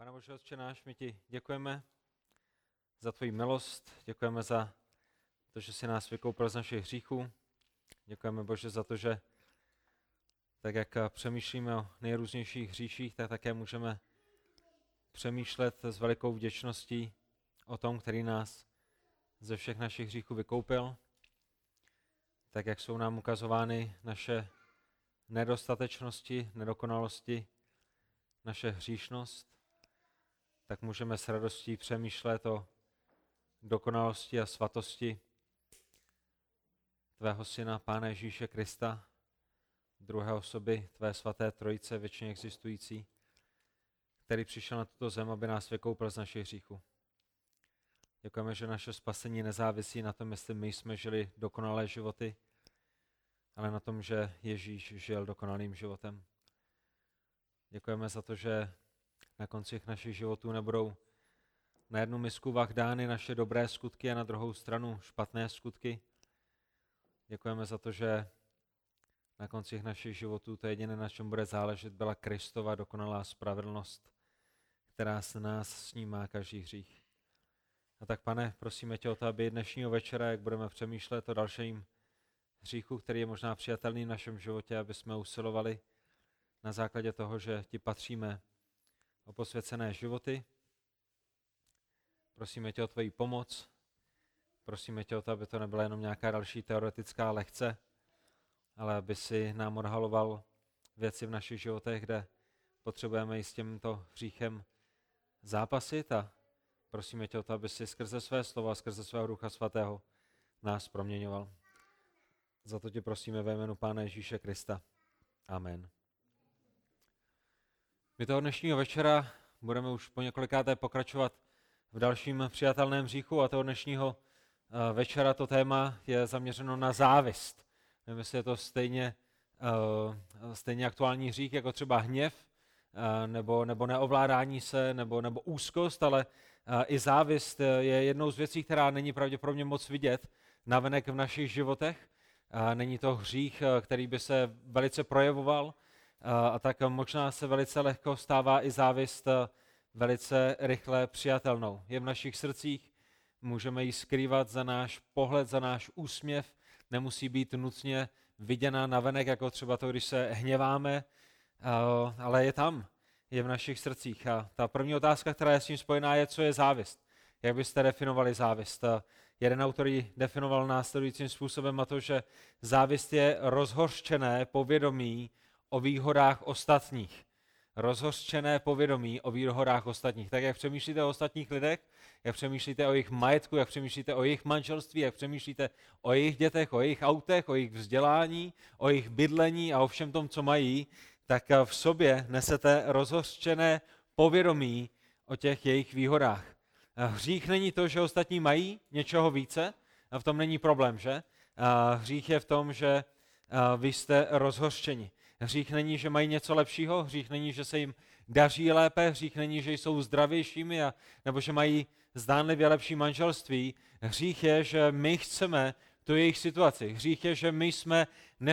Pane Bože, Otče náš, my ti děkujeme za tvoji milost, děkujeme za to, že jsi nás vykoupil z našich hříchů. Děkujeme, Bože, za to, že tak jak přemýšlíme o nejrůznějších hříších, tak také můžeme přemýšlet s velikou vděčností o tom, který nás ze všech našich hříchů vykoupil. Tak jak jsou nám ukazovány naše nedostatečnosti, nedokonalosti, naše hříšnost, tak můžeme s radostí přemýšlet o dokonalosti a svatosti tvého Syna, Pána Ježíše Krista, druhé osoby tvé svaté trojice, věčně existující, který přišel na tuto zem, aby nás vykoupil z našich hříchů. Děkujeme, že naše spasení nezávisí na tom, jestli my jsme žili dokonalé životy, ale na tom, že Ježíš žil dokonalým životem. Děkujeme za to, že na konci našich životů nebudou na jednu misku vah dány naše dobré skutky a na druhou stranu špatné skutky. Děkujeme za to, že na konci našich životů to jediné, na čem bude záležet, byla Kristova dokonalá spravedlnost, která z nás snímá každý hřích. A tak, Pane, prosíme tě o to, aby dnešního večera, jak budeme přemýšlet o dalším hříchu, který je možná přijatelný v našem životě, aby jsme usilovali na základě toho, že ti patříme, o posvěcené životy. Prosíme tě o tvoji pomoc. Prosíme tě o to, aby to nebyla jenom nějaká další teoretická lekce, ale aby si nám odhaloval věci v našich životech, kde potřebujeme i s tímto hříchem zápasit, a prosíme tě o to, aby si skrze své slova, skrze svého Ducha Svatého nás proměňoval. Za to tě prosíme ve jménu Pána Ježíše Krista. Amen. My toho dnešního večera budeme už po několikáté pokračovat v dalším přijatelném hříchu, a toho dnešního večera to téma je zaměřeno na závist. Nevím, jestli je to stejně aktuální hřích jako třeba hněv, nebo neovládání se, nebo úzkost, ale i závist je jednou z věcí, která není pravděpodobně moc vidět navenek v našich životech. Není to hřích, který by se velice projevoval, a tak možná se velice lehko stává i závist velice rychle přijatelnou. Je v našich srdcích, můžeme ji skrývat za náš pohled, za náš úsměv, nemusí být nutně viděna navenek, jako třeba to, když se hněváme, ale je tam, je v našich srdcích. A ta první otázka, která je s tím spojená, je, co je závist. Jak byste definovali závist? Jeden autor ji definoval následujícím způsobem, a to, že závist je rozhořčené povědomí o výhodách ostatních. Rozhořčené povědomí o výhodách ostatních. Tak jak přemýšlíte o ostatních lidech, jak přemýšlíte o jejich majetku, jak přemýšlíte o jejich manželství, jak přemýšlíte o jejich dětech, o jejich autech, o jejich vzdělání, o jejich bydlení a o všem tom, co mají, tak v sobě nesete rozhořčené povědomí o těch jejich výhodách. Hřích není to, že ostatní mají něčeho více, a v tom není problém, že? Hřích je v tom, že vy jste rozhořčeni. Hřích není, že mají něco lepšího, hřích není, že se jim daří lépe, hřích není, že jsou zdravějšími, nebo že mají zdánlivě lepší manželství. Hřích je, že my chceme tu jejich situaci. Hřích je, že my jsme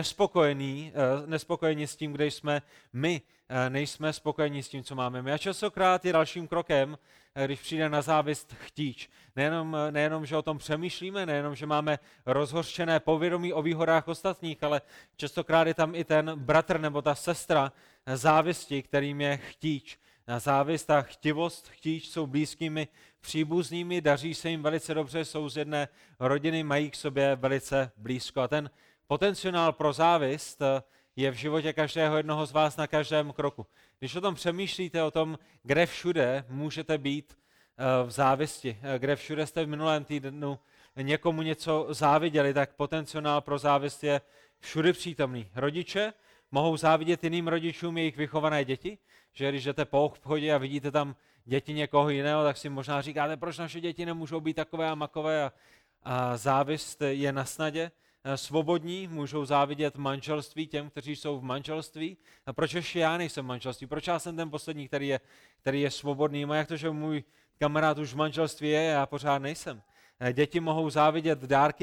nespokojení s tím, kde jsme my, nejsme spokojení s tím, co máme my. A častokrát je dalším krokem, když přijde na závist, chtíč. Nejenom, že o tom přemýšlíme, nejenom, že máme rozhořčené povědomí o výhodách ostatních, ale častokrát je tam i ten bratr nebo ta sestra závisti, kterým je chtíč. Závist a chtivost, chtíč jsou blízkými příbuznými, daří se jim velice dobře, jsou z jedné rodiny, mají k sobě velice blízko. A ten potenciál pro závist je v životě každého jednoho z vás na každém kroku. Když o tom přemýšlíte, o tom, kde všude můžete být v závisti, kde všude jste v minulém týdnu někomu něco záviděli, tak potenciál pro závist je všude přítomný. Rodiče mohou závidět jiným rodičům jejich vychované děti, že když jdete po obchodě a vidíte tam děti někoho jiného, tak si možná říkáte, proč naše děti nemůžou být takové a makové, a závist je na snadě. Svobodní můžou závidět manželství těm, kteří jsou v manželství. A proč ještě já nejsem v manželství? Proč já jsem ten poslední, který je svobodný? A jak to, že můj kamarád už v manželství je, já pořád nejsem? Děti mohou závidět dárky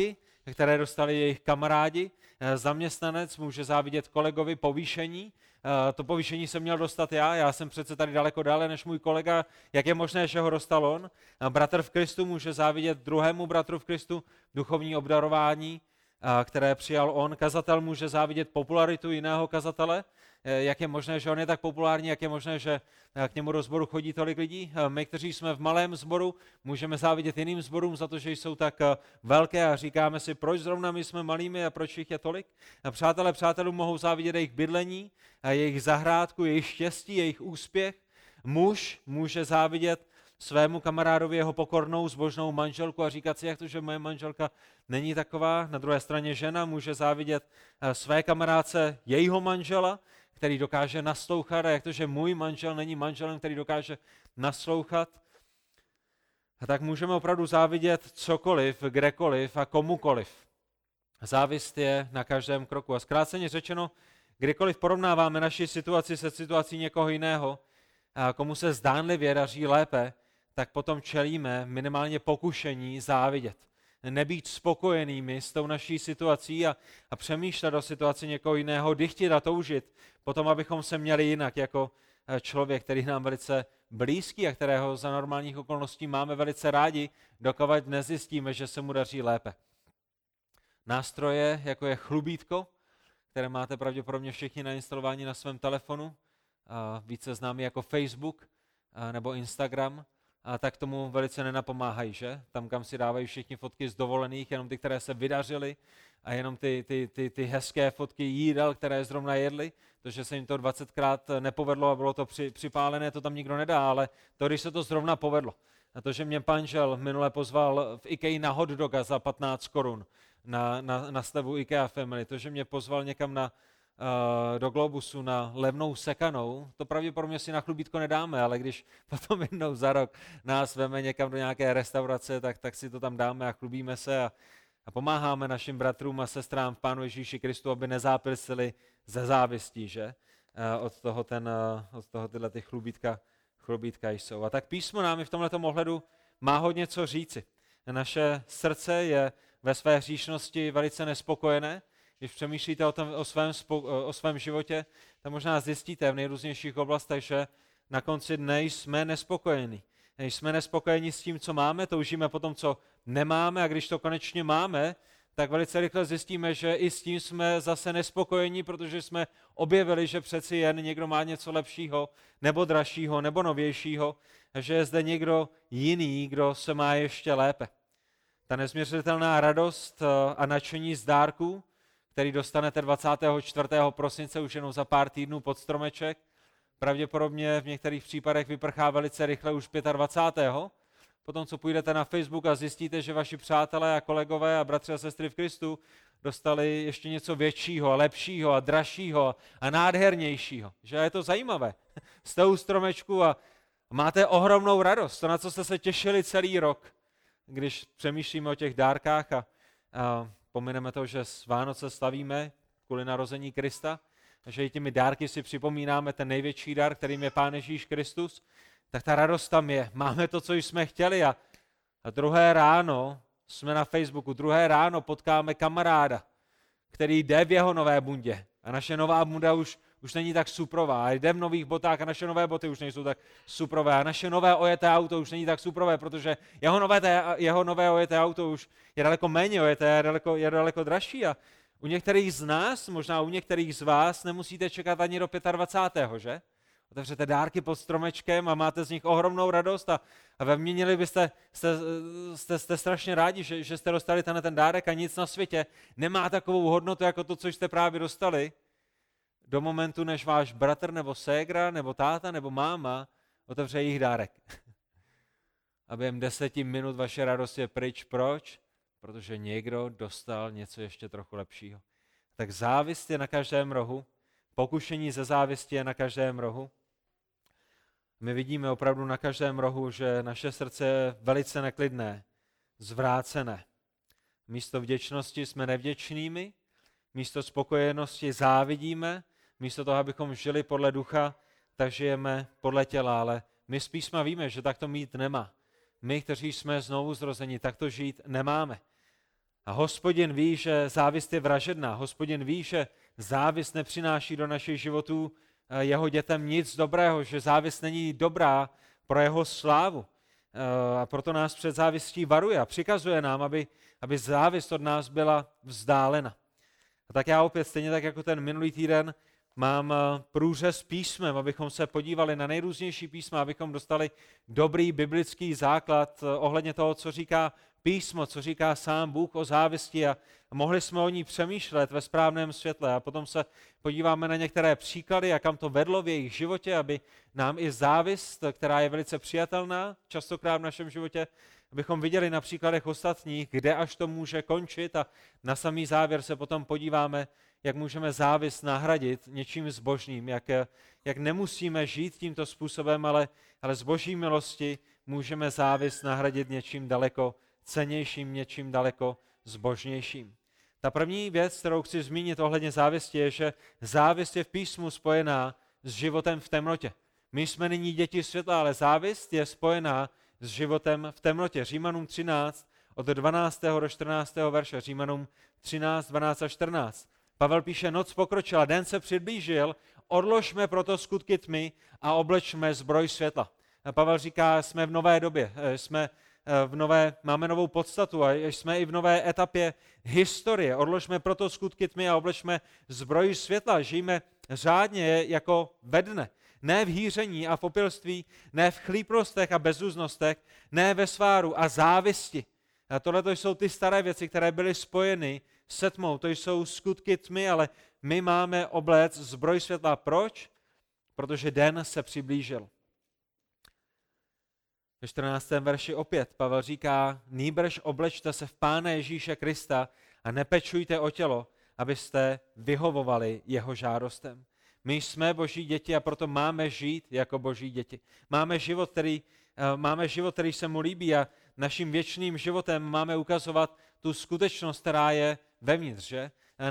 které dostali jejich kamarádi. Zaměstnanec může závidět kolegovi povýšení. To povýšení jsem měl dostat já jsem přece tady daleko dále než můj kolega, jak je možné, že ho dostal on. Bratr v Kristu může závidět druhému bratru v Kristu duchovní obdarování, které přijal on. Kazatel může závidět popularitu jiného kazatele, jak je možné, že on je tak populární, jak je možné, že k němu do sboru chodí tolik lidí. My, kteří jsme v malém sboru, můžeme závidět jiným sborům za to, že jsou tak velké a říkáme si, proč zrovna my jsme malými a proč jich je tolik. Přátelé přátelům mohou závidět jejich bydlení, jejich zahrádku, jejich štěstí, jejich úspěch. Muž může závidět svému kamarádovi jeho pokornou, zbožnou manželku a říkat si, jak to, že moje manželka není taková. Na druhé straně žena může závidět své kamarádce jejího manžela, který dokáže naslouchat, a jak to, že můj manžel není manželem, který dokáže naslouchat. A tak můžeme opravdu závidět cokoliv, kdekoliv a komukoliv. Závist je na každém kroku. A zkráceně řečeno, kdykoliv porovnáváme naši situaci se situací někoho jiného, a komu se zdánlivě daří lépe, tak potom čelíme minimálně pokušení závidět. Nebýt spokojenými s tou naší situací a přemýšlet o situaci někoho jiného, dychtit a toužit potom, abychom se měli jinak jako člověk, který nám velice blízký a kterého za normálních okolností máme velice rádi, dokud nezjistíme, že se mu daří lépe. Nástroje, jako je chlubítko, které máte pravděpodobně všichni nainstalováni na svém telefonu, více známý jako Facebook nebo Instagram, a tak tomu velice nenapomáhají, že? Tam, kam si dávají všichni fotky z dovolených, jenom ty, které se vydařily, a jenom ty hezké fotky jídel, které zrovna jedli. To, že se jim to 20krát nepovedlo a bylo to připálené, to tam nikdo nedá, ale to, když se to zrovna povedlo. A to, že mě manžel minule pozval v IKEA na hot doga za 15 korun na slevu IKEA Family, to, že mě pozval někam do Globusu na levnou sekanou, to pravděpodobně si na chlubítko nedáme, ale když potom jednou za rok nás veme někam do nějaké restaurace, tak si to tam dáme a chlubíme se a pomáháme našim bratrům a sestrám v Pánu Ježíši Kristu, aby nezápilsili ze závistí, že? Od toho tyhle ty chlubítka jsou. A tak písmo nám i v tomhletom ohledu má hodně co říci. Naše srdce je ve své hříšnosti velice nespokojené. Když přemýšlíte o svém životě, tak možná zjistíte v nejrůznějších oblastech, že na konci dne jsme nespokojení. Jsme nespokojeni s tím, co máme, toužíme po tom, co nemáme, a když to konečně máme, tak velice rychle zjistíme, že i s tím jsme zase nespokojení, protože jsme objevili, že přeci jen někdo má něco lepšího, nebo dražšího, nebo novějšího, a že je zde někdo jiný, kdo se má ještě lépe. Ta nezměřitelná radost a nadšení z dárků, který dostanete 24. prosince už jenom za pár týdnů pod stromeček, pravděpodobně v některých případech vyprchá velice rychle už 25. Potom, co půjdete na Facebook a zjistíte, že vaši přátelé a kolegové a bratři a sestry v Kristu dostali ještě něco většího a lepšího a dražšího a nádhernějšího. Že je to zajímavé. Jste u stromečku a máte ohromnou radost, to, na co jste se těšili celý rok, když přemýšlíme o těch dárkách a pomineme to, že s Vánoce slavíme kvůli narození Krista, že i těmi dárky si připomínáme ten největší dar, kterým je Pán Ježíš Kristus, tak ta radost tam je. Máme to, co jsme chtěli, a druhé ráno jsme na Facebooku, druhé ráno potkáme kamaráda, který jde v jeho nové bundě a naše nová bunda už není tak suprová. A jde v nových botách a naše nové boty už nejsou tak suprové. A naše nové ojeté auto už není tak suprové, protože jeho nové ojeté auto už je daleko méně ojeté, je daleko dražší. A u některých z nás, možná u některých z vás, nemusíte čekat ani do 25. že? Otevřete dárky pod stromečkem a máte z nich ohromnou radost a vyměnili jste strašně rádi, že jste dostali ten dárek, a nic na světě nemá takovou hodnotu jako to, co jste právě dostali, do momentu, než váš bratr nebo ségra nebo táta nebo máma otevře jejich dárek. A během 10 minut vaše radost je pryč. Proč? Protože někdo dostal něco ještě trochu lepšího. Tak závist je na každém rohu, pokušení ze závisti je na každém rohu. My vidíme opravdu na každém rohu, že naše srdce je velice neklidné, zvrácené. Místo vděčnosti jsme nevděčnými, místo spokojenosti závidíme, místo toho, abychom žili podle ducha, tak žijeme podle těla, ale my z písma víme, že tak to mít nemá. My, kteří jsme znovu zrozeni, tak to žít nemáme. A Hospodin ví, že závist je vražedná. Hospodin ví, že závist nepřináší do našich životů jeho dětem nic dobrého, že závist není dobrá pro jeho slávu. A proto nás před závistí varuje a přikazuje nám, aby závist od nás byla vzdálena. A tak já opět, stejně tak jako ten minulý týden, mám průřez písmem, abychom se podívali na nejrůznější písma, abychom dostali dobrý biblický základ ohledně toho, co říká písmo, co říká sám Bůh o závisti a mohli jsme o ní přemýšlet ve správném světle a potom se podíváme na některé příklady a kam to vedlo v jejich životě, aby nám i závist, která je velice přijatelná častokrát v našem životě, abychom viděli na příkladech ostatních, kde až to může končit a na samý závěr se potom podíváme, jak můžeme závist nahradit něčím zbožným, jak nemusíme žít tímto způsobem, ale z boží milosti můžeme závist nahradit něčím daleko cennějším, něčím daleko zbožnějším. Ta první věc, kterou chci zmínit ohledně závisti, je, že závist je v písmu spojená s životem v temnotě. My jsme nyní děti světla, ale závist je spojená s životem v temnotě. Římanům 13, od 12. do 14. verše, Římanům 13, 12 a 14. Pavel píše, noc pokročila, den se přiblížil, odložme proto skutky tmy a oblečme zbroj světla. A Pavel říká, jsme v nové době, máme novou podstatu a jsme i v nové etapě historie. Odložme proto skutky tmy a oblečme zbroj světla. Žijeme řádně jako ve dne. Ne v hýření a v opilství, ne v chlíprostech a bezúznostech, ne ve sváru a závisti. A tohle to jsou ty staré věci, které byly spojeny se tmou. To jsou skutky tmy, ale my máme obléct zbroj světla. Proč? Protože den se přiblížil. Ve 14. verši opět Pavel říká, nýbrž oblečte se v Pána Ježíše Krista a nepečujte o tělo, abyste vyhovovali jeho žádostem. My jsme boží děti a proto máme žít jako boží děti. Máme život, který se mu líbí a naším věčným životem máme ukazovat tu skutečnost, která je vevnitř, že?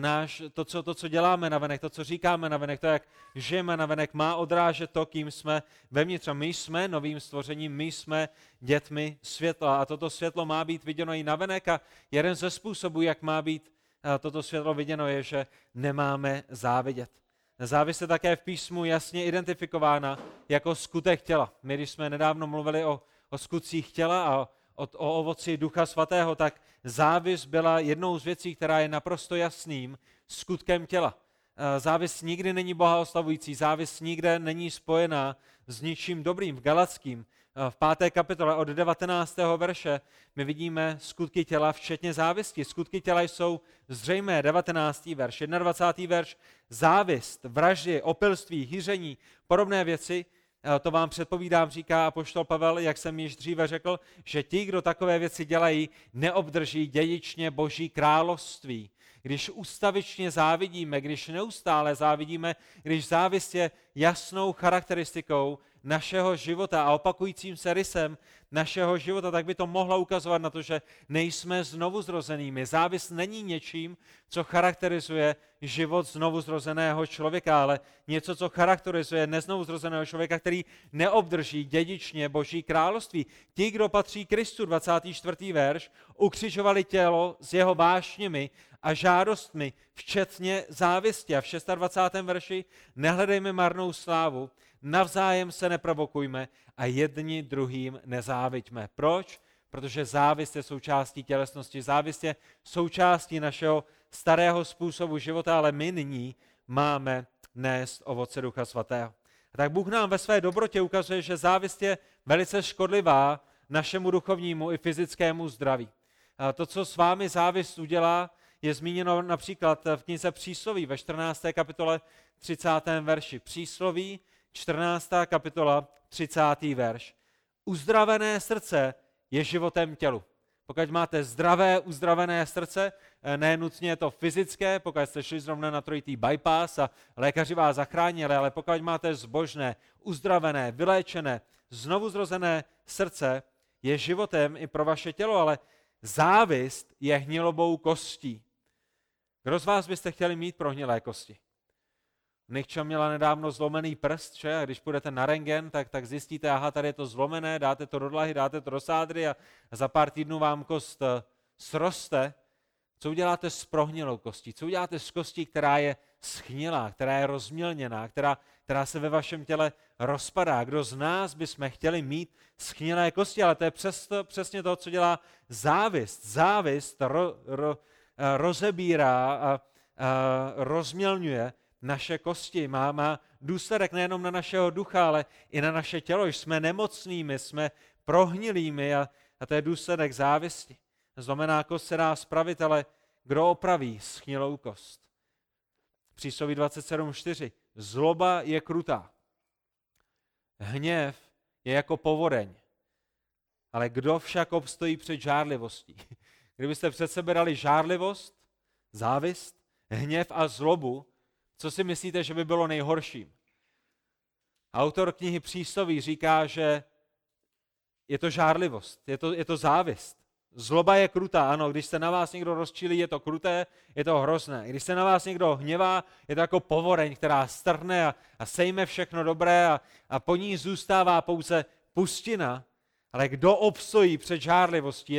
To, co děláme navenek, to, co říkáme navenek, to, jak žijeme navenek, má odrážet to, kým jsme vevnitř. A my jsme novým stvořením, my jsme dětmi světla a toto světlo má být viděno i navenek a jeden ze způsobů, jak má být toto světlo viděno, je, že nemáme závidět. Závist je také v písmu jasně identifikována jako skutek těla. My, když jsme nedávno mluvili o skutcích těla a o ovoci Ducha Svatého, tak závist byla jednou z věcí, která je naprosto jasným skutkem těla. Závist nikdy není Boha oslavující, závist nikde není spojená s ničím dobrým. V Galackým v 5. kapitole od 19. verše my vidíme skutky těla včetně závisti. Skutky těla jsou zřejmé, 19. verš, 21. verš, závist, vraždy, opilství, hýření, podobné věci. To vám předpovídám, říká apoštol Pavel, jak jsem již dříve řekl, že ti, kdo takové věci dělají, neobdrží dědičně Boží království. Když ustavičně závidíme, když neustále závidíme, když závist je jasnou charakteristikou našeho života a opakujícím se rysem našeho života, tak by to mohlo ukazovat na to, že nejsme znovuzrozenými. Závist není něčím, co charakterizuje život znovuzrozeného člověka, ale něco, co charakterizuje neznovuzrozeného člověka, který neobdrží dědičně Boží království. Ti, kdo patří Kristu, 24. verš, ukřižovali tělo s jeho vášněmi a žádostmi, včetně závisti. A v 26. verši nehledejme marnou slávu, navzájem se neprovokujme a jedni druhým nezáviďme. Proč? Protože závist je součástí tělesnosti, závist je součástí našeho starého způsobu života, ale my nyní máme nést ovoce Ducha Svatého. A tak Bůh nám ve své dobrotě ukazuje, že závist je velice škodlivá našemu duchovnímu i fyzickému zdraví. A to, co s vámi závist udělá, je zmíněno například v knize Přísloví ve 14. kapitole 30. verši. Přísloví, 14. kapitola, 30. verš. Uzdravené srdce je životem tělu. Pokud máte zdravé, uzdravené srdce, ne nutně je to fyzické, pokud jste šli zrovna na trojitý bypass a lékaři vás zachránili, ale pokud máte zbožné, uzdravené, vyléčené, znovuzrozené srdce, je životem i pro vaše tělo, ale závist je hnilobou kostí. Kdo z vás byste chtěli mít prohnilé kosti? Nikča měla nedávno zlomený prst, že? A když půjdete na rentgen, tak zjistíte, aha, tady je to zlomené, dáte to do dlahy, dáte to do sádry a za pár týdnů vám kost sroste. Co uděláte s prohnilou kostí? Co uděláte s kostí, která je schnilá, která je rozmělněná, která se ve vašem těle rozpadá? Kdo z nás bychom chtěli mít schnilé kosti? Ale to je přesně to, co dělá závist. Závist rozebírá a rozmělňuje naše kosti. Má důsledek nejenom na našeho ducha, ale i na naše tělo. Jsme nemocnými, jsme prohnilými a to je důsledek závisti. Znamená, kost se dá spravit, ale kdo opraví schnilou kost? Přísloví 27.4. Zloba je krutá. Hněv je jako povodeň. Ale kdo však obstojí před žárlivostí? Kdybyste před sebe dali žárlivost, závist, hněv a zlobu, co si myslíte, že by bylo nejhorším? Autor knihy Přísloví říká, že je to žárlivost, je to závist. Zloba je krutá, ano, když se na vás někdo rozčílí, je to kruté, je to hrozné. Když se na vás někdo hněvá, je to jako povodeň, která strhne a sejme všechno dobré a po ní zůstává pouze pustina. Ale kdo obstojí před žárlivostí?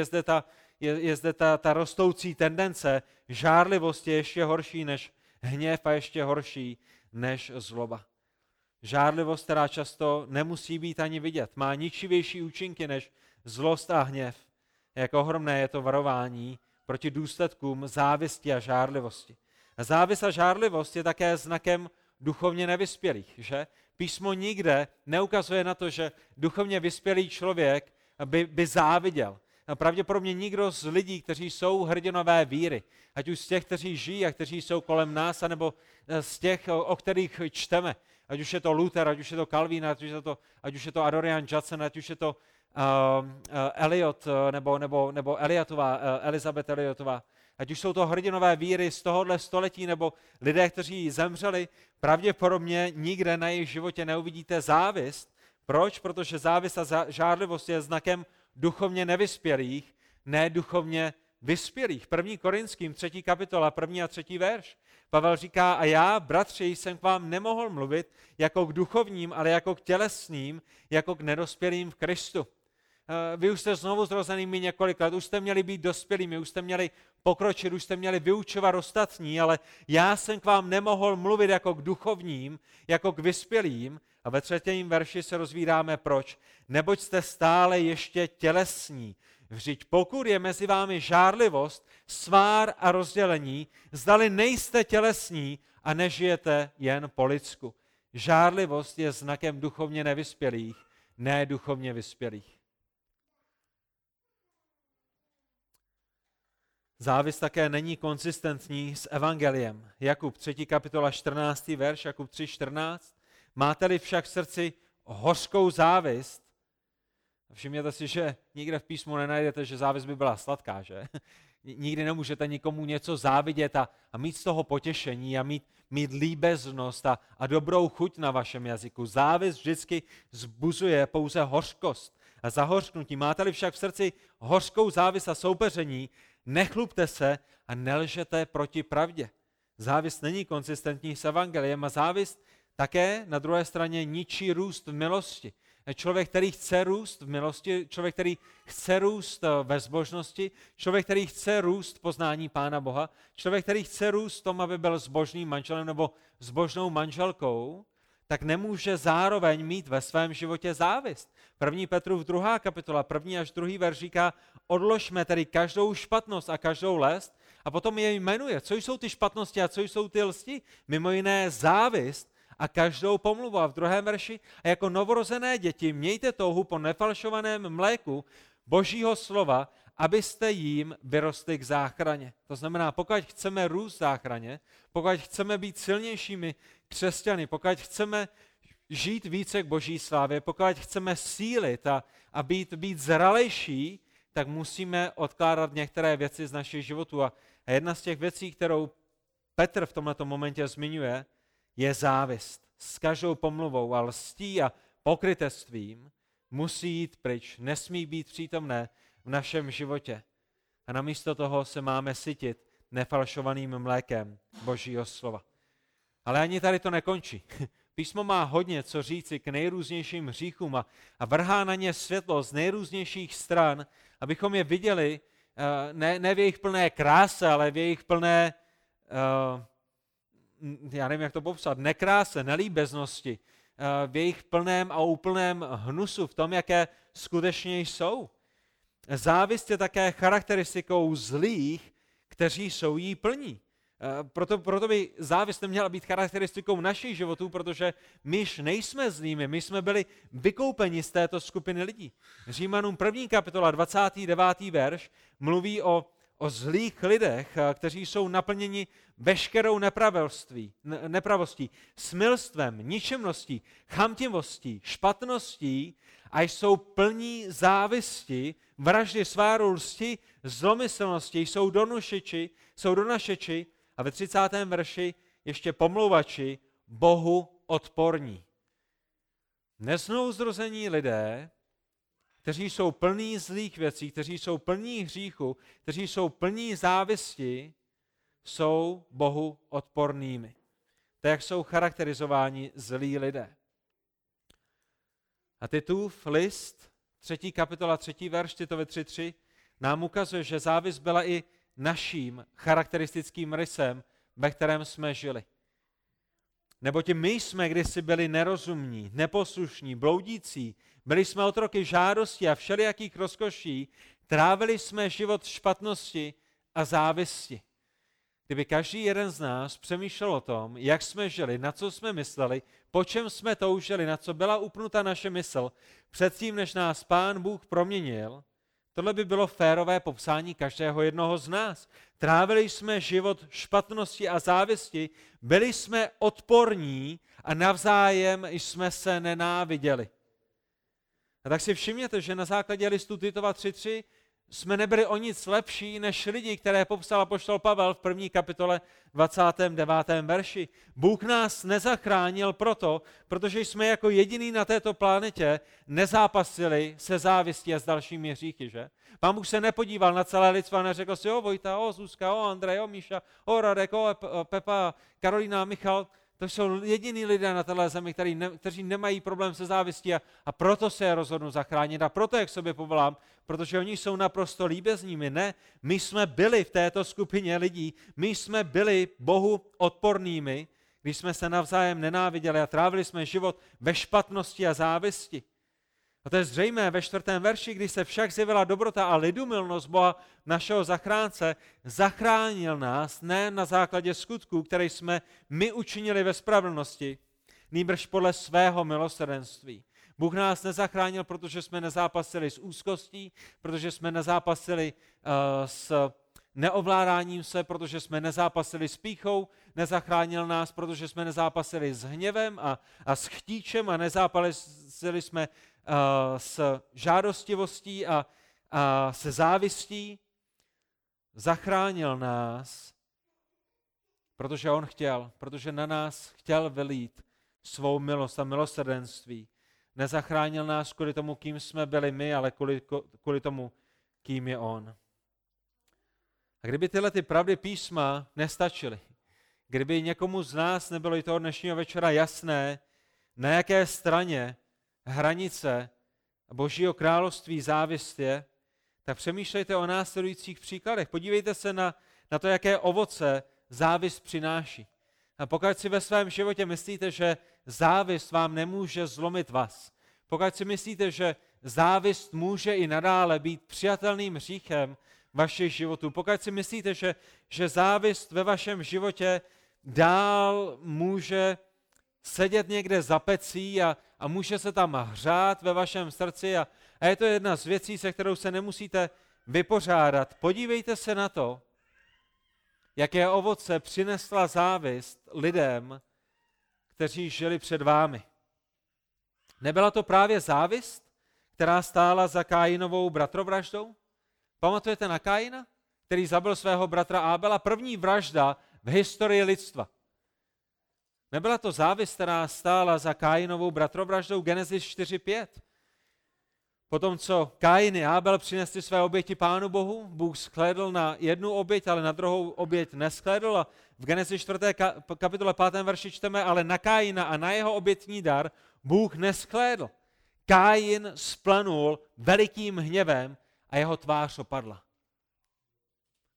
Je zde ta rostoucí tendence. Žárlivost je ještě horší než hněv a ještě horší než zloba. Žárlivost, která často nemusí být ani vidět, má ničivější účinky než zlost a hněv. Jak ohromné je to varování proti důsledkům závisti a žárlivosti. A závist a žárlivost je také znakem duchovně nevyspělých, že? Písmo nikde neukazuje na to, že duchovně vyspělý člověk by záviděl. A pravděpodobně nikdo z lidí, kteří jsou hrdinové víry, ať už z těch, kteří žijí a kteří jsou kolem nás, anebo z těch, o kterých čteme, ať už je to Luther, ať už je to Calvin, ať už je to Adorian Judson, ať už je to Eliot nebo Elizabeth Eliotová, ať už jsou to hrdinové víry z tohohle století nebo lidé, kteří zemřeli, pravděpodobně nikde na jejich životě neuvidíte závist. Proč? Protože závist a žárlivost je znakem duchovně nevyspělých, ne duchovně vyspělých. 1. Korinským 3. kapitola, 1. a 3. verš. Pavel říká, a já, bratři, jsem k vám nemohl mluvit jako k duchovním, ale jako k tělesným, jako k nedospělým v Kristu. Vy už jste znovu zrozenými několik let, už jste měli být dospělými, už jste měli pokročit, už jste měli vyučovat ostatní, ale já jsem k vám nemohl mluvit jako k duchovním, jako k vyspělým. A ve 3. verši se rozvíráme proč. Neboť jste stále ještě tělesní. Vždyť pokud je mezi vámi žárlivost, svár a rozdělení, zdali nejste tělesní a nežijete jen po lidsku. Žárlivost je znakem duchovně nevyspělých, ne duchovně vyspělých. Závist také není konzistentní s evangeliem. Jakub 3. kapitola 14. verš, Jakub 3.14. Máte-li však v srdci hořkou závist, všimněte si, že nikde v písmu nenajdete, že závist by byla sladká, že? Nikdy nemůžete nikomu něco závidět a mít z toho potěšení a mít líbeznost a dobrou chuť na vašem jazyku. Závist vždycky zbuzuje pouze hořkost a zahořknutí. Máte-li však v srdci hořkou závist a soupeření, nechlubte se a nelžete proti pravdě. Závist není konzistentní s evangeliem a závist také na druhé straně ničí růst v milosti. Člověk, který chce růst v milosti, člověk, který chce růst ve zbožnosti, člověk, který chce růst v poznání Pána Boha, člověk, který chce růst v tom, aby byl zbožným manželem nebo zbožnou manželkou, tak nemůže zároveň mít ve svém životě závist. 1. Petrův 2. kapitola, 1. až 2. verš říká, odložme tedy každou špatnost a každou lest a potom je jmenuje. Co jsou ty špatnosti a co jsou ty lsti? Mimo jiné závist a každou pomluvu. A v 2. verši, a jako novorozené děti mějte touhu po nefalšovaném mléku Božího slova, abyste jim vyrostli k záchraně. To znamená, pokud chceme růst v záchraně, pokud chceme být silnějšími křesťany, pokud chceme žít více k Boží slávě, pokud chceme sílit a být zralejší, tak musíme odkládat některé věci z našich životů. A jedna z těch věcí, kterou Petr v tomto momentě zmiňuje, je závist. S každou pomluvou a lstí a pokrytectvím musí jít pryč, nesmí být přítomné v našem životě. A namísto toho se máme sytit nefalšovaným mlékem Božího slova. Ale ani tady to nekončí. Písmo má hodně co říci k nejrůznějším hříchům a vrhá na ně světlo z nejrůznějších stran, abychom je viděli ne v jejich plné kráse, ale v jejich plné, já nevím, jak to popsat, nekráse, nelíbeznosti, v jejich plném a úplném hnusu, v tom, jaké skutečně jsou. Závist je také charakteristikou zlých, kteří jsou jí plní. Proto by závist neměla být charakteristikou našich životů, protože my již nejsme zlými, my jsme byli vykoupeni z této skupiny lidí. Římanům 1. kapitola 29. verš mluví o zlých lidech, kteří jsou naplněni veškerou nepravostí, smilstvem, ničemností, chamtivostí, špatností a jsou plní závisti, vraždy, sváru, lsti, zlomyslnosti, jsou donašeči a ve 30. verši ještě pomlouvači, Bohu odporní. Neznouzrození lidé, kteří jsou plní zlých věcí, kteří jsou plní hříchu, kteří jsou plní závisti, jsou Bohu odpornými. To, jak jsou charakterizováni zlí lidé. A Titův list, 3. kapitola, 3. verš, Titovi 3.3, nám ukazuje, že závist byla i naším charakteristickým rysem, ve kterém jsme žili. Neboť my jsme kdysi byli nerozumní, neposlušní, bloudící, byli jsme otroky žádosti a všelijakých rozkoší, trávili jsme život špatnosti a závisti. Kdyby každý jeden z nás přemýšlel o tom, jak jsme žili, na co jsme mysleli, po čem jsme toužili, na co byla upnuta naše mysl, předtím, než nás Pán Bůh proměnil, tohle by bylo férové popsání každého jednoho z nás. Trávili jsme život špatnosti a závisti, byli jsme odporní a navzájem jsme se nenáviděli. A tak si všimněte, že na základě listu Titova 3.3 jsme nebyli o nic lepší než lidi, které popsal apoštol Pavel v 1. kapitole 29. verši. Bůh nás nezachránil protože jsme jako jediný na této planetě nezápasili se závistí a s dalšími hříchy, že? Pán Bůh se nepodíval na celé lidstvo a neřekl si, Vojta, Zuzka, Andrej, Míša, Radek, Pepa, Karolína, Michal. To jsou jediní lidé na této zemi, kteří nemají problém se závistí a proto se je rozhodnu zachránit a proto je k sobě povolám, protože oni jsou naprosto líbezními. Ne, my jsme byli v této skupině lidí, my jsme byli Bohu odpornými, když jsme se navzájem nenáviděli a trávili jsme život ve špatnosti a závisti. A to je zřejmé ve 4. verši, když se však zjevila dobrota a lidumilnost Boha našeho zachránce, zachránil nás ne na základě skutků, které jsme my učinili ve spravedlnosti, nýbrž podle svého milosrdenství. Bůh nás nezachránil, protože jsme nezápasili s úzkostí, protože jsme nezápasili s neovládáním se, protože jsme nezápasili s pýchou, nezachránil nás, protože jsme nezápasili s hněvem a s chtíčem a nezápasili jsme s žádostivostí a se závistí. Zachránil nás, protože on chtěl, protože na nás chtěl vylít svou milost a milosrdenství. Nezachránil nás kvůli tomu, kým jsme byli my, ale kvůli tomu, kým je on. A kdyby tyhle ty pravdy písma nestačily, kdyby někomu z nás nebylo i toho dnešního večera jasné, na jaké straně hranice Božího království závist je, tak přemýšlejte o následujících příkladech. Podívejte se na to, jaké ovoce závist přináší. A pokud si ve svém životě myslíte, že závist vám nemůže zlomit vás, pokud si myslíte, že závist může i nadále být přijatelným hříchem vašich životů, pokud si myslíte, že závist ve vašem životě dál může sedět někde za pecí a může se tam hřát ve vašem srdci a je to jedna z věcí, se kterou se nemusíte vypořádat. Podívejte se na to, jaké ovoce přinesla závist lidem, kteří žili před vámi. Nebyla to právě závist, která stála za Káinovou bratrovraždou? Pamatujete na Káina, který zabil svého bratra Ábela? První vražda v historii lidstva. Nebyla to závist, která stála za Káinovou bratrovraždou? Genesis 4.5. Potom, co Káin a Ábel přinesli své oběti Pánu Bohu, Bůh shlédl na jednu oběť, ale na druhou oběť neshlédl. A v Genesis 4. kapitole 5. verši čteme, ale na Káina a na jeho obětní dar Bůh neshlédl. Káin splanul velikým hněvem a jeho tvář opadla.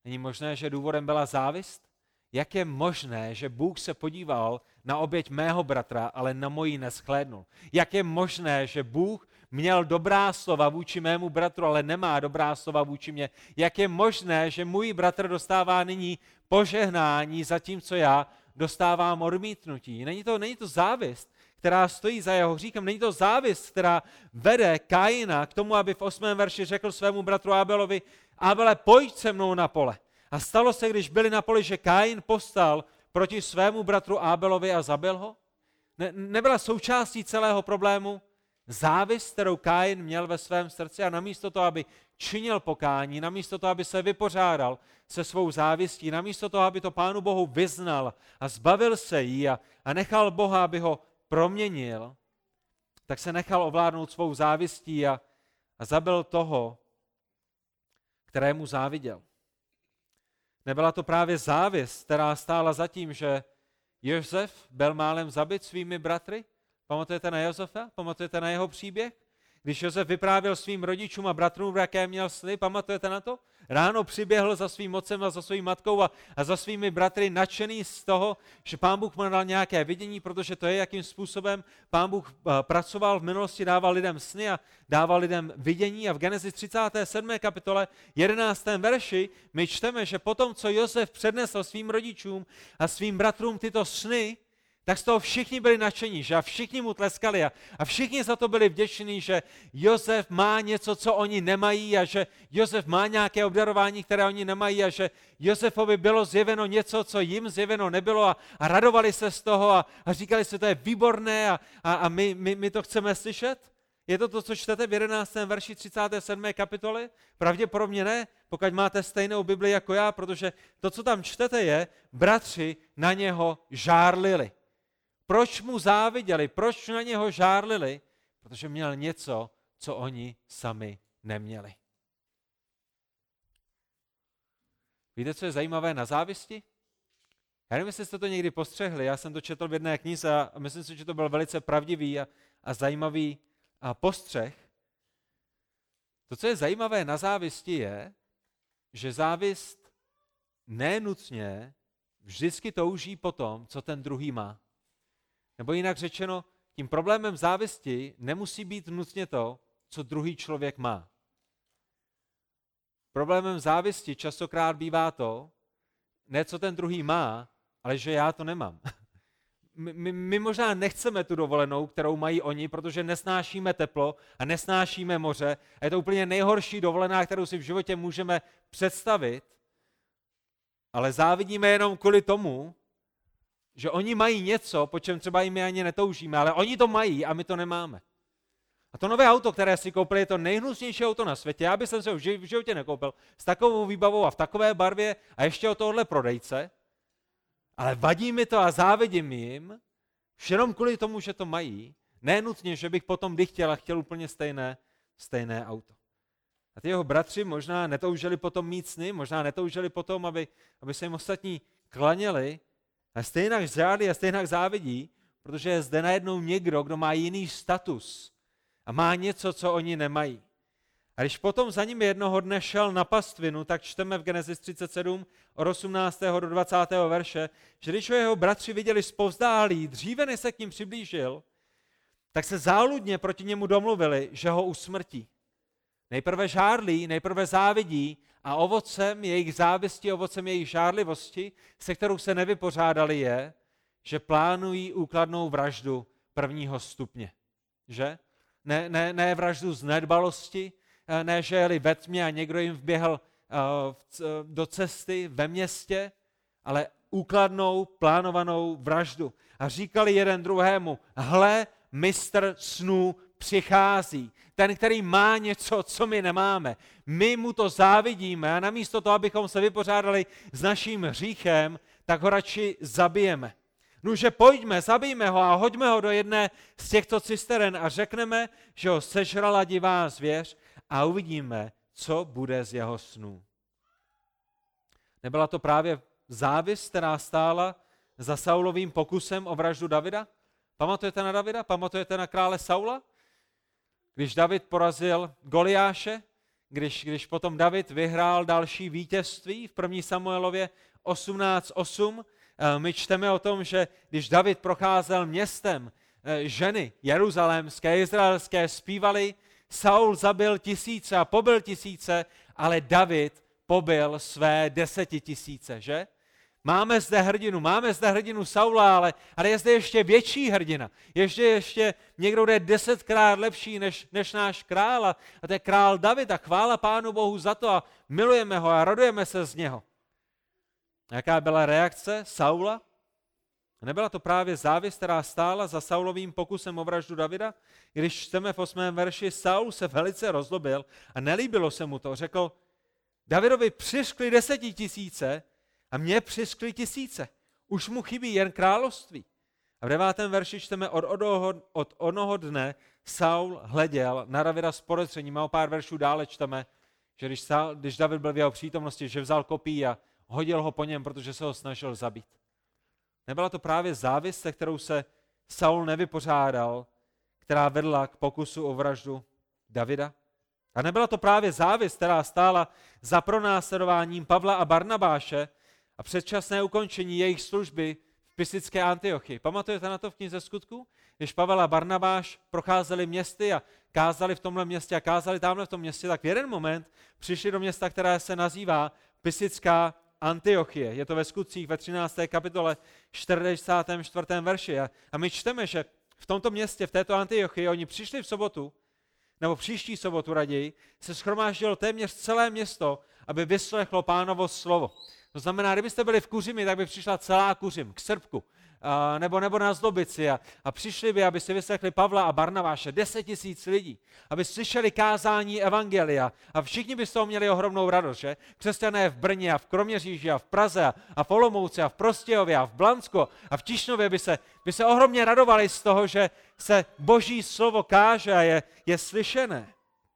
Není možné, že důvodem byla závist? Jak je možné, že Bůh se podíval na oběť mého bratra, ale na moji neschlédnul? Jak je možné, že Bůh měl dobrá slova vůči mému bratru, ale nemá dobrá slova vůči mně? Jak je možné, že můj bratr dostává nyní požehnání, zatímco já dostávám odmítnutí? Není to závist, která stojí za jeho hříchem. Není to závist, která vede Kaina k tomu, aby v 8. verši řekl svému bratru Abelovi: Abele, pojď se mnou na pole. A stalo se, když byli na poli, že Kain povstal proti svému bratru Abelovi a zabil ho? Nebyla součástí celého problému závist, kterou Kain měl ve svém srdci, a namísto toho, aby činil pokání, namísto toho, aby se vypořádal se svou závistí, namísto toho, aby to Pánu Bohu vyznal a zbavil se jí a nechal Boha, aby ho proměnil, tak se nechal ovládnout svou závistí a zabil toho, kterému záviděl. Nebyla to právě závist, která stála za tím, že Josef byl málem zabit svými bratry? Pamatujete na Josefa? Pamatujete na jeho příběh? Když Josef vyprávěl svým rodičům a bratrům, jaké měl sny, pamatujete na to? Ráno přiběhl za svým otcem a za svou matkou a za svými bratry nadšený z toho, že Pán Bůh mu dal nějaké vidění, protože to je, jakým způsobem Pán Bůh pracoval v minulosti, dával lidem sny a dával lidem vidění. A v Genesis 37. kapitole 11. verši my čteme, že potom, co Josef přednesl svým rodičům a svým bratrům tyto sny, tak z toho všichni byli nadšení, že a všichni mu tleskali a všichni za to byli vděční, že Josef má něco, co oni nemají, a že Josef má nějaké obdarování, které oni nemají, a že Josefovi bylo zjeveno něco, co jim zjeveno nebylo, a radovali se z toho a říkali si, to je výborné a my to chceme slyšet. Je to, co čtete v 11. verši 37. kapitoly? Pravděpodobně ne, pokud máte stejnou Bibli jako já, protože to, co tam čtete, je: bratři na něho žárlili. Proč mu záviděli? Proč na něho žárlili? Protože měl něco, co oni sami neměli. Víte, co je zajímavé na závisti? Já nevím, jestli jste to někdy postřehli, já jsem to četl v jedné knize a myslím si, že to byl velice pravdivý a zajímavý postřeh. To, co je zajímavé na závisti, je, že závist nenutně vždycky touží po tom, co ten druhý má. Nebo jinak řečeno, tím problémem závisti nemusí být nutně to, co druhý člověk má. Problémem závisti častokrát bývá to, ne co ten druhý má, ale že já to nemám. My možná nechceme tu dovolenou, kterou mají oni, protože nesnášíme teplo a nesnášíme moře. A je to úplně nejhorší dovolená, kterou si v životě můžeme představit, ale závidíme jenom kvůli tomu, že oni mají něco, po čem třeba i my ani netoužíme, ale oni to mají a my to nemáme. A to nové auto, které si koupili, je to nejhnusnější auto na světě. Já bych se ho v životě nekoupil s takovou výbavou a v takové barvě a ještě od tohohle prodejce, ale vadí mi to a závidím jim, jenom kvůli tomu, že to mají, nenutně, že bych potom chtěl úplně stejné auto. A ty jeho bratři možná netoužili potom mít sny, možná netoužili potom, aby se jim ostatní klaněli, a stejnak žádli a stejnak závidí, protože je zde najednou někdo, kdo má jiný status a má něco, co oni nemají. A když potom za nimi jednoho dne šel na pastvinu, tak čteme v Genesis 37 od 18. do 20. verše, že když ho jeho bratři viděli zpovzdálí, dříve než se k ním přiblížil, tak se záludně proti němu domluvili, že ho usmrtí. Nejprve žárlí, nejprve závidí a ovocem jejich závisti, ovocem jejich žárlivosti, se kterou se nevypořádali, je, že plánují úkladnou vraždu prvního stupně. Že? Ne vraždu z nedbalosti, ne, že jeli ve tmě a někdo jim vběhl do cesty ve městě, ale úkladnou, plánovanou vraždu. A říkali jeden druhému: hle, mistr snů přichází. Ten, který má něco, co my nemáme. My mu to závidíme a namísto toho, abychom se vypořádali s naším hříchem, tak ho radši zabijeme. Nože pojďme, zabijme ho a hoďme ho do jedné z těchto cisteren a řekneme, že ho sežrala divá zvěř a uvidíme, co bude z jeho snů. Nebyla to právě závist, která stála za Saulovým pokusem o vraždu Davida? Pamatujete na Davida? Pamatujete na krále Saula? Když David porazil Goliáše, když potom David vyhrál další vítězství v 1. Samuelově 18:8, my čteme o tom, že když David procházel městem, ženy jeruzalémské, izraelské zpívali, Saul zabil tisíce a pobil tisíce, ale David pobil své 10 000, že? Máme zde hrdinu Saula, ale je zde ještě větší hrdina. Ještě někdo, kdo je 10krát lepší než náš král, a to je král David, a chvála Pánu Bohu za to a milujeme ho a radujeme se z něho. A jaká byla reakce Saula? Nebyla to právě závist, která stála za Saulovým pokusem o vraždu Davida? Když čteme v 8. verši, Saul se velice rozlobil a nelíbilo se mu to. Řekl, Davidovi přiškli 10 000 a mně přiškli 1000. Už mu chybí jen království. A v 9. verši čteme, od onoho dne Saul hleděl na Davida s podezřením. A o pár veršů dále čteme, že když David byl v jeho přítomnosti, že vzal kopí a hodil ho po něm, protože se ho snažil zabít. Nebyla to právě závist, se kterou se Saul nevypořádal, která vedla k pokusu o vraždu Davida? A nebyla to právě závist, která stála za pronásledováním Pavla a Barnabáše a předčasné ukončení jejich služby v Pisické Antiochii? Pamatujete na to v knize Skutků? Když Pavel a Barnabáš procházeli městy a kázali v tomhle městě a kázali tamhle v tom městě, tak v jeden moment přišli do města, které se nazývá Pisická Antiochie. Je to ve Skutcích ve 13. kapitole 44. verši. A my čteme, že v tomto městě, v této Antiochii, oni přišli v sobotu, nebo příští sobotu raději, se shromáždilo téměř celé město, aby vyslechlo Pánovo slovo. To znamená, kdybyste byli v Kuřimi, tak by přišla celá Kuřim k Srbku, nebo na Zlobici a přišli by, aby si vyslechli Pavla a Barnabáše, 10 000 lidí, aby slyšeli kázání evangelia a všichni by z toho měli ohromnou radost, že? Křesťané v Brně a v Kroměříži a v Praze a v Olomouci a v Prostějově a v Blansku a v Tišnově by se ohromně radovali z toho, že se Boží slovo káže a je slyšené.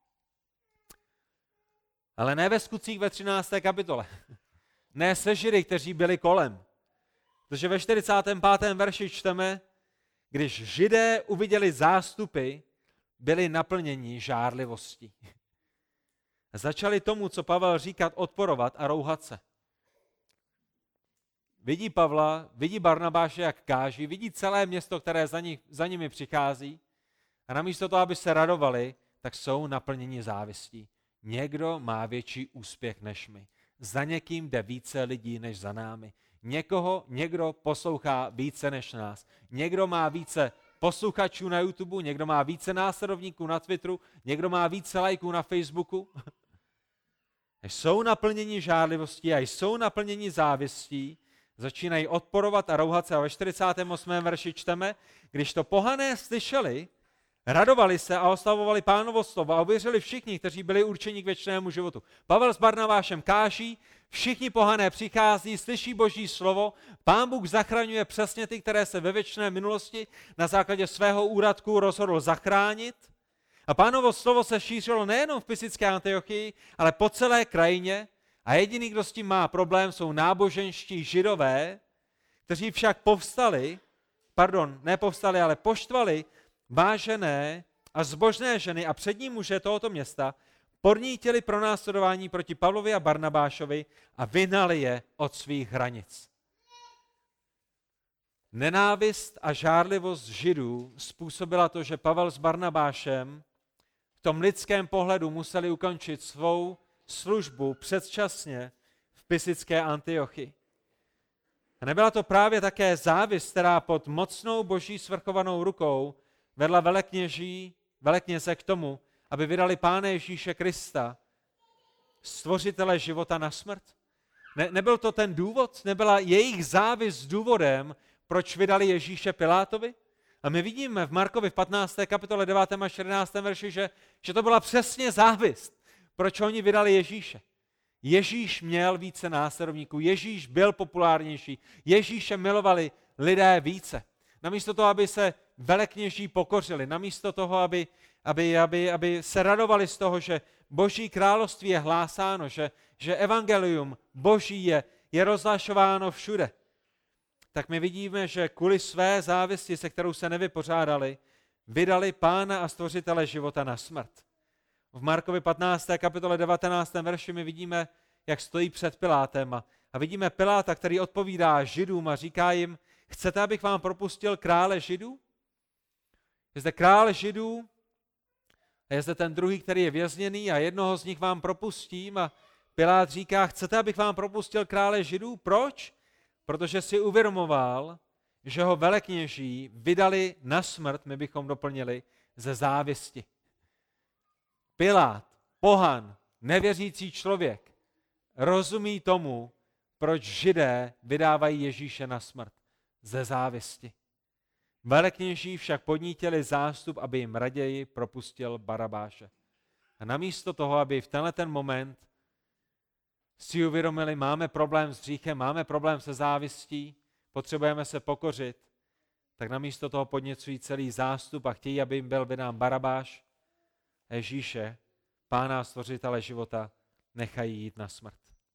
Ale ne ve Skutcích ve 13. kapitole. Ne se Židy, kteří byli kolem. Protože ve 45. verši čteme, když Židé uviděli zástupy, byli naplněni žárlivostí. Začali tomu, co Pavel říkat, odporovat a rouhat se. Vidí Pavla, vidí Barnabáše, jak káží, vidí celé město, které za nimi přichází a namísto toho, aby se radovali, tak jsou naplněni závistí. Někdo má větší úspěch než my. Za někým jde více lidí než za námi. Někdo poslouchá více než nás. Někdo má více posluchačů na YouTube, někdo má více následovníků na Twitteru, někdo má více lajků na Facebooku. Jsou naplněni žárlivostí a jsou naplněni závistí, začínají odporovat a rouhat se. A ve 48. verši čteme, když to pohané slyšeli, radovali se a oslavovali Pánovo slovo a uvěřili všichni, kteří byli určeni k věčnému životu. Pavel s Barnabášem káží, všichni pohané přichází, slyší Boží slovo, Pán Bůh zachraňuje přesně ty, které se ve věčné minulosti na základě svého úradku rozhodl zachránit. A Pánovo slovo se šířilo nejenom v Pisické Antiochii, ale po celé krajině. A jediný, kdo s tím má problém, jsou náboženští Židové, kteří však poštvali vážené a zbožné ženy a přední muže tohoto města, podnítili pronásledování proti Pavlovi a Barnabášovi a vyhnali je od svých hranic. Nenávist a žárlivost Židů způsobila to, že Pavel s Barnabášem v tom lidském pohledu museli ukončit svou službu předčasně v Pisické Antiochii. A nebyla to právě také závist, která pod mocnou Boží svrchovanou rukou vedla velekněze k tomu, aby vydali Pána Ježíše Krista, stvořitele života na smrt? Nebyl to ten důvod? Nebyla jejich závist důvodem, proč vydali Ježíše Pilátovi? A my vidíme v Markovi v 15. kapitole 9. a 14. verši, že to byla přesně závist, proč oni vydali Ježíše. Ježíš měl více následovníků, Ježíš byl populárnější, Ježíše milovali lidé více. Namísto toho, aby se velekněží pokořili, namísto toho, aby se radovali z toho, že Boží království je hlásáno, že evangelium Boží je rozhlašováno všude, tak my vidíme, že kvůli své závisti, se kterou se nevypořádali, vydali Pána a stvořitele života na smrt. V Markovi 15. kapitole 19. verši my vidíme, jak stojí před Pilátem a vidíme Piláta, který odpovídá Židům a říká jim, chcete, abych vám propustil krále Židů? Je zde král Židů, a je zde ten druhý, který je vězněný a jednoho z nich vám propustím a Pilát říká, chcete, abych vám propustil krále Židů? Proč? Protože si uvědomoval, že ho velekněží vydali na smrt, my bychom doplnili, ze závisti. Pilát, pohan, nevěřící člověk, rozumí tomu, proč Židé vydávají Ježíše na smrt. Ze závisti. Velekněží však podnítili zástup, aby jim raději propustil Barabáše. A namísto toho, aby v tenhle ten moment si uvědomili, máme problém s hříchem, máme problém se závistí, potřebujeme se pokořit, tak namísto toho podněcují celý zástup a chtějí, aby jim byl vydán Barabáš a Ježíše, Pána a Stvořitele života, nechají jít na smrt.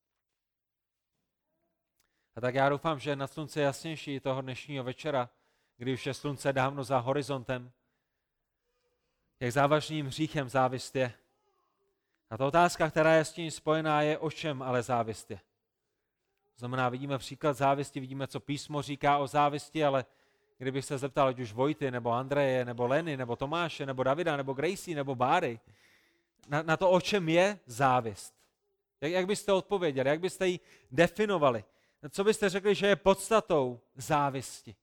A tak já doufám, že na slunce jasnější toho dnešního večera, kdy už je slunce dávno za horizontem, jak závažným hříchem závist je. A ta otázka, která je s tím spojená, je o čem ale závist je. Znamená, vidíme příklad závisti, vidíme, co písmo říká o závisti, ale kdybych se zeptal, ať už Vojty, nebo Andreje, nebo Leny, nebo Tomáše, nebo Davida, nebo Gracie, nebo Báry, na to, o čem je závist. Jak byste odpověděli, jak byste ji definovali? Co byste řekli, že je podstatou závisti?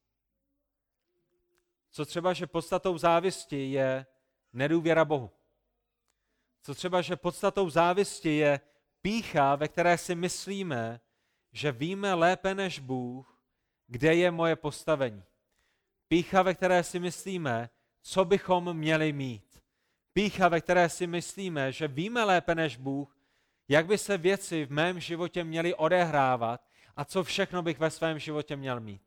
Co třeba, že podstatou závisti je nedůvěra Bohu? Co třeba, že podstatou závisti je pýcha, ve které si myslíme, že víme lépe než Bůh, kde je moje postavení. Pýcha, ve které si myslíme, co bychom měli mít. Pýcha, ve které si myslíme, že víme lépe než Bůh, jak by se věci v mém životě měly odehrávat a co všechno bych ve svém životě měl mít.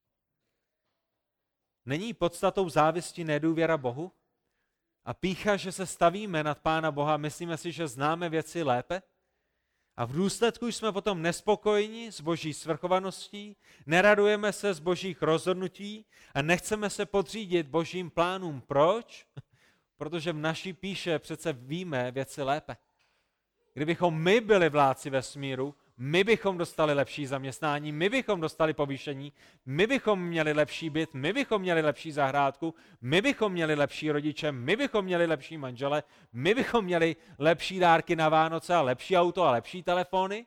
Není podstatou závisti nedůvěra Bohu? A pýcha, že se stavíme nad Pána Boha, myslíme si, že známe věci lépe? A v důsledku jsme potom nespokojeni s Boží svrchovaností, neradujeme se z Božích rozhodnutí a nechceme se podřídit Božím plánům. Proč? Protože v naší píše přece víme věci lépe. Kdybychom my byli vládci vesmíru, my bychom dostali lepší zaměstnání, my bychom dostali povýšení, my bychom měli lepší byt, my bychom měli lepší zahrádku, my bychom měli lepší rodiče, my bychom měli lepší manžele, my bychom měli lepší dárky na Vánoce a lepší auto a lepší telefony.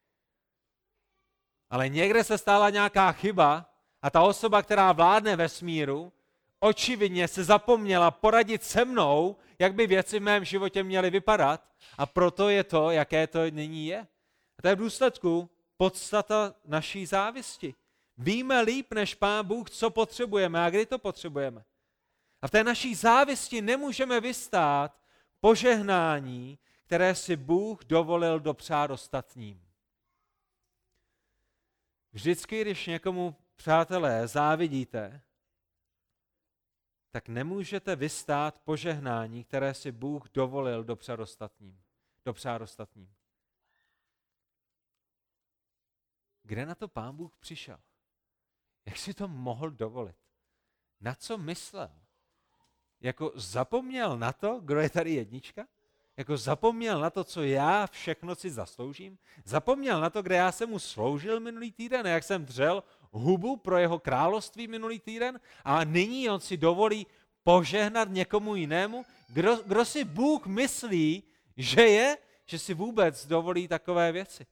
Ale někde se stala nějaká chyba a ta osoba, která vládne vesmíru, očividně se zapomněla poradit se mnou, jak by věci v mém životě měly vypadat a proto je to, jaké to nyní je. A to je v důsledku podstata naší závisti. Víme líp než Pán Bůh, co potřebujeme a kdy to potřebujeme. A v té naší závisti nemůžeme vystát požehnání, které si Bůh dovolil dopřát ostatním. Vždycky, když někomu, přátelé, závidíte, tak nemůžete vystát požehnání, které si Bůh dovolil dopřát ostatním. Kde na to Pán Bůh přišel? Jak si to mohl dovolit? Na co myslel? Jako zapomněl na to, kdo je tady jednička? Jako zapomněl na to, co já všechno si zasloužím? Zapomněl na to, kde já jsem mu sloužil minulý týden, jak jsem dřel hubu pro jeho království minulý týden? A nyní on si dovolí požehnat někomu jinému? Kdo si Bůh myslí, že je, že si vůbec dovolí takové věci?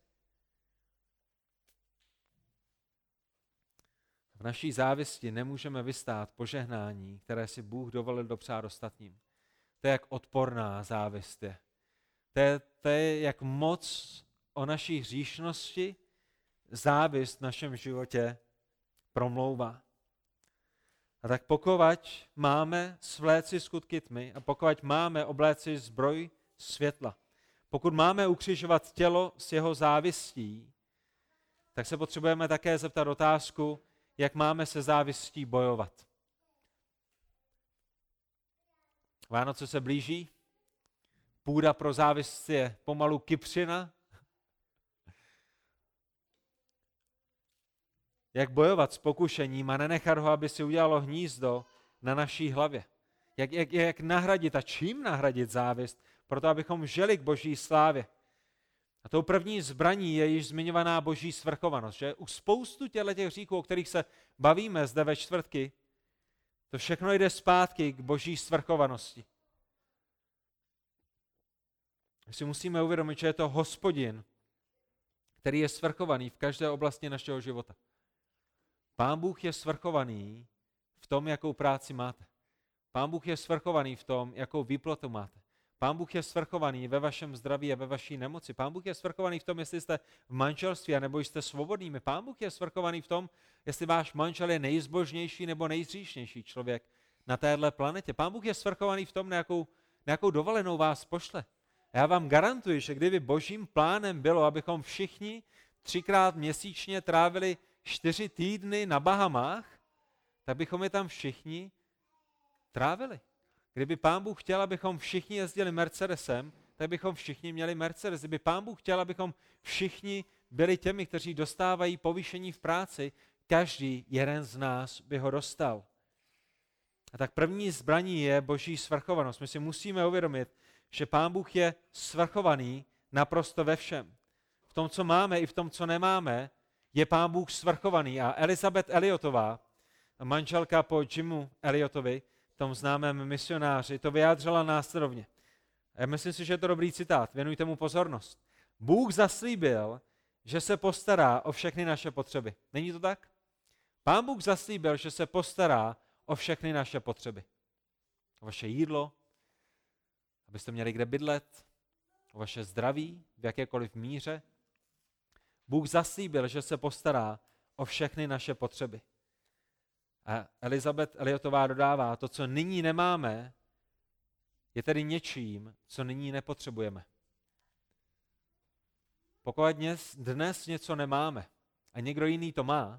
V naší závisti nemůžeme vystát požehnání, které si Bůh dovolil dopřát ostatním. To je, jak odporná závist je. To je, jak moc o naší hříšnosti závist v našem životě promlouvá. A tak pokud máme svléci skutky tmy a pokud máme obléci zbroj světla, pokud máme ukřižovat tělo s jeho závistí, tak se potřebujeme také zeptat otázku, jak máme se závistí bojovat. Vánoce se blíží, půda pro závist je pomalu kypřina. Jak bojovat s pokušením a nenechat ho, aby si udělalo hnízdo na naší hlavě. Jak nahradit a čím nahradit závist? proto abychom žili k Boží slávě. A tou první zbraní je již zmiňovaná Boží svrchovanost, že u spoustu těch hříchů, o kterých se bavíme zde ve čtvrtky, to všechno jde zpátky k Boží svrchovanosti. My si musíme uvědomit, že je to Hospodin, který je svrchovaný v každé oblasti našeho života. Pán Bůh je svrchovaný v tom, jakou práci máte. Pán Bůh je svrchovaný v tom, jakou výplatu máte. Pán Bůh je svrchovaný ve vašem zdraví a ve vaší nemoci. Pán Bůh je svrchovaný v tom, jestli jste v manželství, anebo jste svobodnými. Pán Bůh je svrchovaný v tom, jestli váš manžel je nejzbožnější nebo nejzříšnější člověk na téhle planetě. Pán Bůh je svrchovaný v tom, na jakou dovolenou vás pošle. A já vám garantuji, že kdyby Božím plánem bylo, abychom všichni 3krát měsíčně trávili 4 týdny na Bahamách, tak bychom je tam všichni trávili. Kdyby Pán Bůh chtěl, abychom všichni jezdili Mercedesem, tak bychom všichni měli Mercedes. Kdyby Pán Bůh chtěl, abychom všichni byli těmi, kteří dostávají povýšení v práci, každý jeden z nás by ho dostal. A tak první zbraní je Boží svrchovanost. My si musíme uvědomit, že Pán Bůh je svrchovaný naprosto ve všem. V tom, co máme i v tom, co nemáme, je Pán Bůh svrchovaný. A Elizabeth Elliotová, manželka po Jimu Elliotovi, tom známém misionáři, to vyjádřila následovně. Já myslím si, že je to dobrý citát, věnujte mu pozornost. Bůh zaslíbil, že se postará o všechny naše potřeby. Není to tak? Pán Bůh zaslíbil, že se postará o všechny naše potřeby. O vaše jídlo, abyste měli kde bydlet, o vaše zdraví v jakékoliv míře. Bůh zaslíbil, že se postará o všechny naše potřeby. A Elizabeth Elliotová dodává, to, co nyní nemáme, je tedy něčím, co nyní nepotřebujeme. Pokud dnes něco nemáme a někdo jiný to má,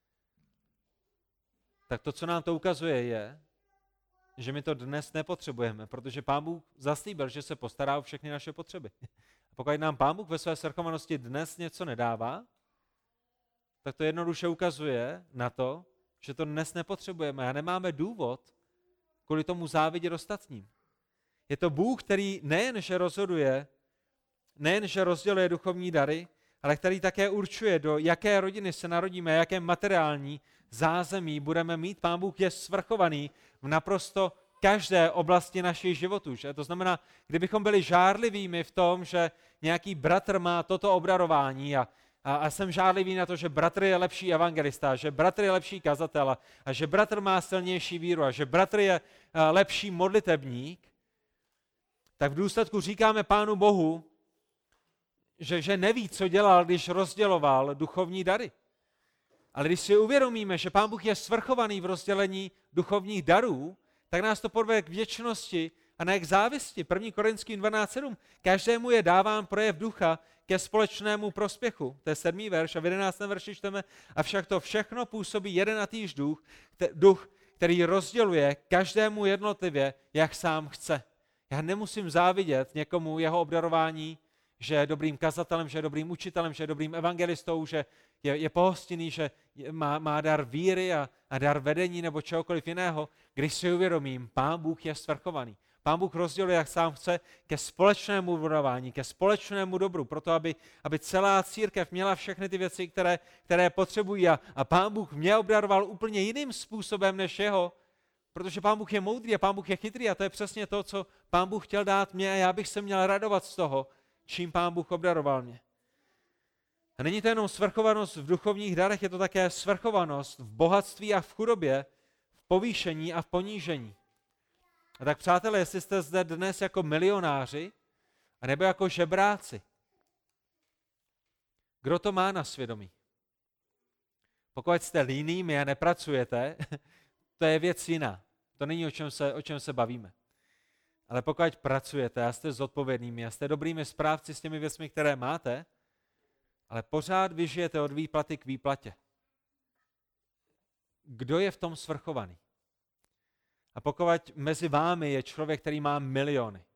tak to, co nám to ukazuje, je, že my to dnes nepotřebujeme, protože Pán Bůh zaslíbil, že se postará o všechny naše potřeby. A pokud nám Pán Bůh ve své svrchovanosti dnes něco nedává, tak to jednoduše ukazuje na to, že to dnes nepotřebujeme a nemáme důvod kvůli tomu závidět ostatním. Je to Bůh, který nejenže rozhoduje, nejenže rozděluje duchovní dary, ale který také určuje, do jaké rodiny se narodíme, jaké materiální zázemí budeme mít. Pán Bůh je svrchovaný v naprosto každé oblasti našich životů. Že? To znamená, kdybychom byli žárlivými v tom, že nějaký bratr má toto obdarování a jsem žádlivý na to, že bratr je lepší evangelista, že bratr je lepší kazatel a že bratr má silnější víru a že bratr je lepší modlitebník, tak v důsledku říkáme Pánu Bohu, že neví, co dělal, když rozděloval duchovní dary. Ale když si uvědomíme, že Pán Bůh je svrchovaný v rozdělení duchovních darů, tak nás to povede k věčnosti a ne k závisti. 1. Korinským 12:7. Každému je dáván projev ducha ke společnému prospěchu. To je 7. verš a v 11. verši čteme, avšak to všechno působí jeden a týž duch, který rozděluje každému jednotlivě, jak sám chce. Já nemusím závidět někomu jeho obdarování, že je dobrým kazatelem, že je dobrým učitelem, že je dobrým evangelistou, že je pohostinný, že má dar víry a dar vedení nebo čehokoliv jiného, když si uvědomím, Pán Bůh je svrchovaný. Pán Bůh rozděluje, jak sám chce, ke společnému budování, ke společnému dobru, proto aby celá církev měla všechny ty věci, které potřebují. A Pán Bůh mě obdaroval úplně jiným způsobem než jeho, protože Pán Bůh je moudrý a Pán Bůh je chytrý a to je přesně to, co Pán Bůh chtěl dát mě a já bych se měl radovat z toho, čím Pán Bůh obdaroval mě. A není to jenom svrchovanost v duchovních darech, je to také svrchovanost v bohatství a v chudobě, v povýšení a v ponížení. A tak přátelé, jestli jste zde dnes jako milionáři, anebo jako žebráci, kdo to má na svědomí? Pokud jste línými a nepracujete, to je věc jiná. To není o čem se bavíme. Ale pokud pracujete a jste zodpovědnými a jste dobrými správci s těmi věcmi, které máte, ale pořád vy žijete od výplaty k výplatě. Kdo je v tom svrchovaný? A pokud mezi vámi je člověk, který má miliony,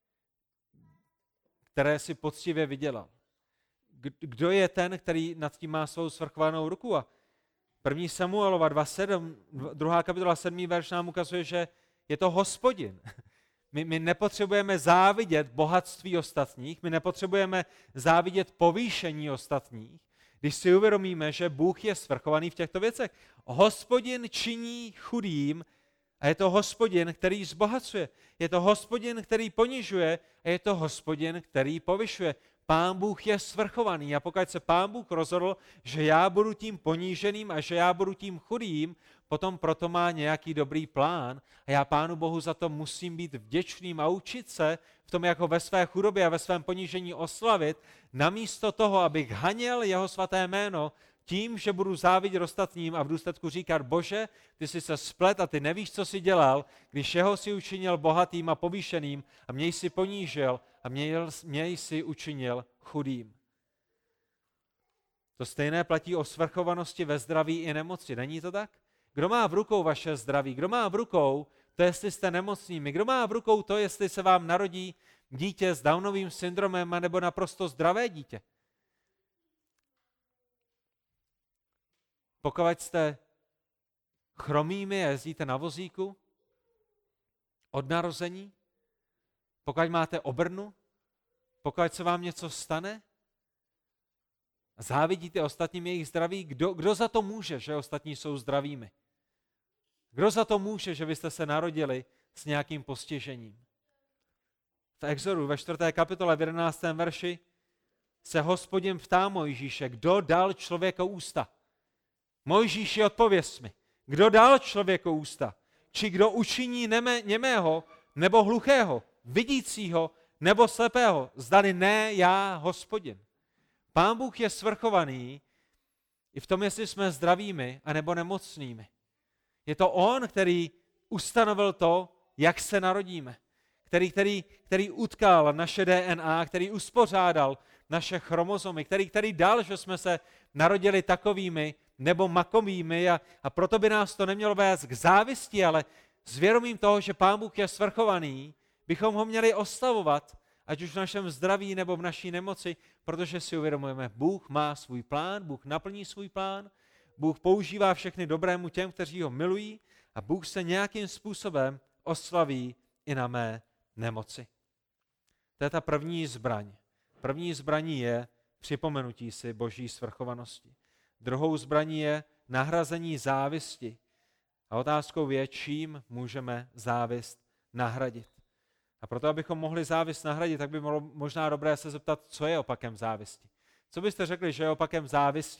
které si poctivě vydělal, kdo je ten, který nad tím má svou svrchovanou ruku? A 1. Samuelova 2. kapitola 7. verš nám ukazuje, že je to Hospodin. My nepotřebujeme závidět bohatství ostatních, my nepotřebujeme závidět povýšení ostatních, když si uvědomíme, že Bůh je svrchovaný v těchto věcech. Hospodin činí chudým a je to Hospodin, který zbohacuje. Je to Hospodin, který ponižuje a je to Hospodin, který povyšuje. Pán Bůh je svrchovaný a pokud se Pán Bůh rozhodl, že já budu tím poníženým a že já budu tím chudým, potom proto má nějaký dobrý plán a já Pánu Bohu za to musím být vděčným a učit se v tom, jak ho ve své chudobě a ve svém ponížení oslavit, namísto toho, abych haněl jeho svaté jméno tím, že budu závidět ostatním a v důsledku říkat, Bože, ty jsi se splet a ty nevíš, co jsi dělal, když jeho si učinil bohatým a povýšeným a mě jsi ponížil a mě jsi učinil chudým. To stejné platí o svrchovanosti ve zdraví i nemoci. Není to tak? Kdo má v rukou vaše zdraví? Kdo má v rukou to, jestli jste nemocnými? Kdo má v rukou to, jestli se vám narodí dítě s Downovým syndromem nebo naprosto zdravé dítě? Pokud jste chromými a jezdíte na vozíku od narození, pokud máte obrnu, pokud se vám něco stane, závidíte ostatním jejich zdraví, kdo za to může, že ostatní jsou zdravými? Kdo za to může, že vy jste se narodili s nějakým postižením? V Exodu ve 4. kapitole v 11. verši se Hospodin ptá Mojžíše, kdo dal člověku ústa? Mojžíši, odpověz mi, kdo dal člověku ústa? Či kdo učiní němého nebo hluchého, vidícího nebo slepého? Zdali ne já, Hospodin. Pán Bůh je svrchovaný i v tom, jestli jsme zdravými anebo nemocnými. Je to on, který ustanovil to, jak se narodíme. Který utkal naše DNA, který uspořádal naše chromozomy, který dal, že jsme se narodili takovými nebo makovými a proto by nás to nemělo vést k závisti, ale s vědomím toho, že Pán Bůh je svrchovaný, bychom ho měli oslavovat, ať už v našem zdraví nebo v naší nemoci, protože si uvědomujeme, Bůh má svůj plán, Bůh naplní svůj plán, Bůh používá všechny dobrému těm, kteří ho milují a Bůh se nějakým způsobem oslaví i na mé nemoci. To je ta první zbraň. První zbraní je připomenutí si Boží svrchovanosti. Druhou zbraní je nahrazení závisti. A otázkou je, čím můžeme závist nahradit. A proto, abychom mohli závist nahradit, tak by bylo možná dobré se zeptat, co je opakem závisti. Co byste řekli, že je opakem závisti?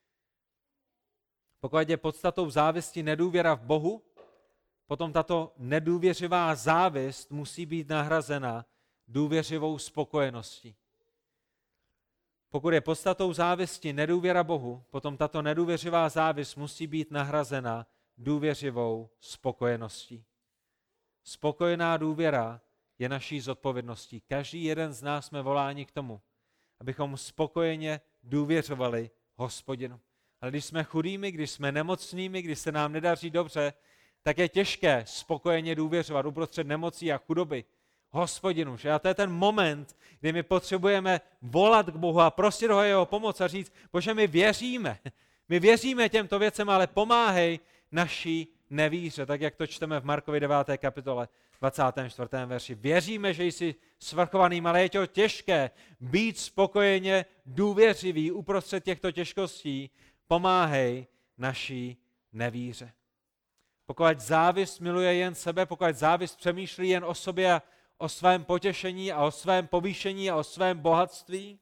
Pokud je podstatou závisti nedůvěra v Bohu, potom tato nedůvěřivá závist musí být nahrazena důvěřivou spokojeností. Pokud je podstatou závisti nedůvěra Bohu, potom tato nedůvěřivá závist musí být nahrazena důvěřivou spokojeností. Spokojená důvěra je naší zodpovědností. Každý jeden z nás jsme voláni k tomu, abychom spokojeně důvěřovali Hospodinu. Ale když jsme chudými, když jsme nemocnými, když se nám nedaří dobře, tak je těžké spokojeně důvěřovat uprostřed nemocí a chudoby Hospodinu. Že? A to je ten moment, kdy my potřebujeme volat k Bohu a prosit ho jeho pomoc a říct, Bože, my věříme těmto věcem, ale pomáhej naší nevíře, tak jak to čteme v Markovi 9. kapitole 24. verši. Věříme, že jsi svrchovaným, ale je to těžké být spokojeně důvěřivý uprostřed těchto těžkostí. Pomáhej naší nevíře. Pokud závist miluje jen sebe, pokud závist přemýšlí jen o sobě a o svém potěšení a o svém povýšení a o svém bohatství,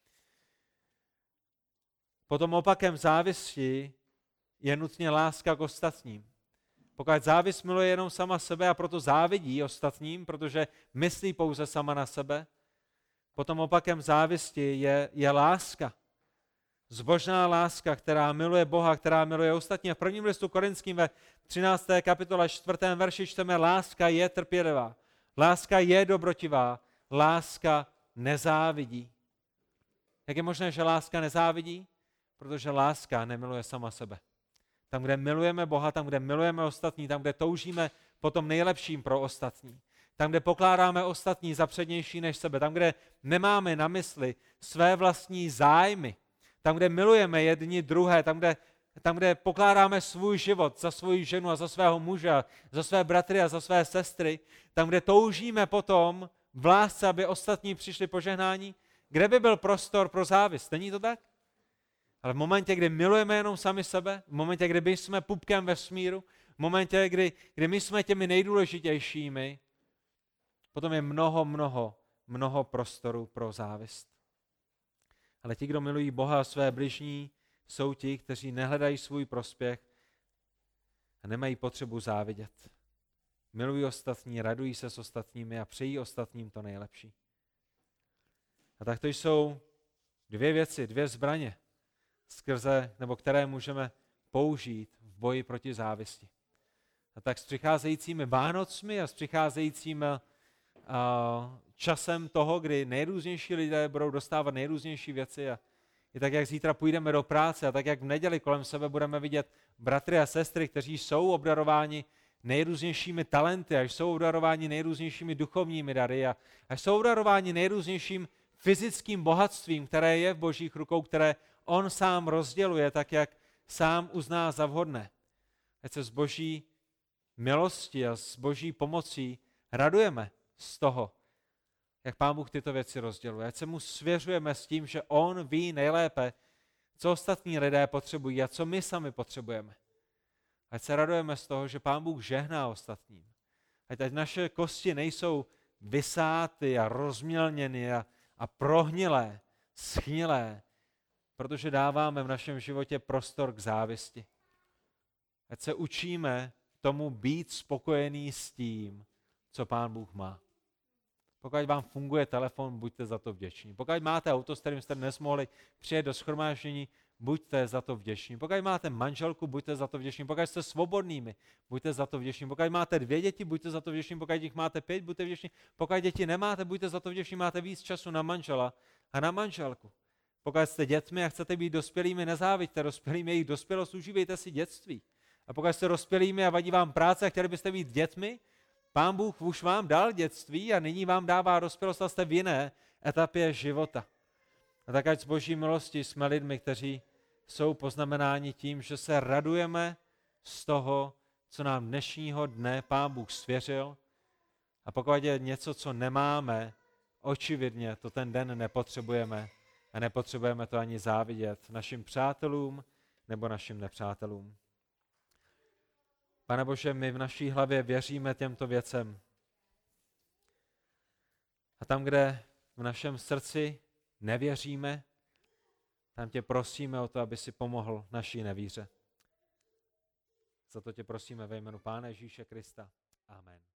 potom opakem závisti je nutně láska k ostatním. Pokud závist miluje jenom sama sebe a proto závidí ostatním, protože myslí pouze sama na sebe, potom opakem závisti je láska. Zbožná láska, která miluje Boha, která miluje ostatní. A v prvním listu Korinským ve 13. kapitole 4. verši čteme, láska je trpělivá, láska je dobrotivá, láska nezávidí. Jak je možné, že láska nezávidí? Protože láska nemiluje sama sebe. Tam, kde milujeme Boha, tam, kde milujeme ostatní, tam, kde toužíme po tom nejlepším pro ostatní, tam, kde pokládáme ostatní za přednější než sebe, tam, kde nemáme na mysli své vlastní zájmy, tam, kde milujeme jedni druhé, tam, kde tam, kde pokládáme svůj život za svoji ženu a za svého muže, za své bratry a za své sestry, tam, kde toužíme potom v lásce, aby ostatní přišli požehnání, kde by byl prostor pro závist? Není to tak? Ale v momentě, kdy milujeme jenom sami sebe, v momentě, kdy my jsme pupkem vesmíru, v momentě, kdy my jsme těmi nejdůležitějšími, potom je mnoho prostoru pro závist. Ale ti, kdo milují Boha a své bližní, jsou ti, kteří nehledají svůj prospěch a nemají potřebu závidět. Milují ostatní, radují se s ostatními a přejí ostatním to nejlepší. A tak to jsou dvě věci, dvě zbraně, které můžeme použít v boji proti závisti. A tak s přicházejícími Vánocmi a s přicházejícím časem toho, kdy nejrůznější lidé budou dostávat nejrůznější věci a i tak, jak zítra půjdeme do práce a tak, jak v neděli kolem sebe budeme vidět bratry a sestry, kteří jsou obdarováni nejrůznějšími talenty a jsou obdarováni nejrůznějšími duchovními dary a jsou obdarováni nejrůznějším fyzickým bohatstvím, které je v Božích rukou, které on sám rozděluje tak, jak sám uzná za vhodné. Ať se z Boží milosti a z Boží pomocí radujeme z toho, jak Pán Bůh tyto věci rozděluje. Ať se mu svěřujeme s tím, že on ví nejlépe, co ostatní lidé potřebují a co my sami potřebujeme. Ať se radujeme z toho, že Pán Bůh žehná ostatním. Ať naše kosti nejsou vysáty a rozmělněny a prohnilé, schnilé, protože dáváme v našem životě prostor k závisti. Ať se učíme tomu být spokojený s tím, co Pán Bůh má. Pokud vám funguje telefon, buďte za to vděční. Pokud máte auto, s kterým jste dnes mohli přijet do shromáždění, buďte za to vděční. Pokud máte manželku, buďte za to vděční. Pokud jste svobodnými, buďte za to vděční. Pokud máte 2 děti, buďte za to vděční. Pokud jich máte 5, buďte vděční. Pokud děti nemáte, buďte za to vděční. Máte víc času na manžela a na manželku. Pokud jste dětmi a chcete být dospělými, nezáviďte dospělými jejich dospělost, užívejte si dětství. A pokud jste dospělými a vadí vám práce a chtěli byste být dětmi, Pán Bůh už vám dal dětství a nyní vám dává dospělost a jste v jiné etapě života. A tak ať z Boží milosti jsme lidmi, kteří jsou poznamenáni tím, že se radujeme z toho, co nám dnešního dne Pán Bůh svěřil. A pokud je něco, co nemáme, očividně to ten den nepotřebujeme a nepotřebujeme to ani závidět našim přátelům nebo našim nepřátelům. Pane Bože, my v naší hlavě věříme těmto věcem. A tam, kde v našem srdci nevěříme, tam tě prosíme o to, aby si pomohl naší nevíře. Za to tě prosíme ve jménu Pána Ježíše Krista. Amen.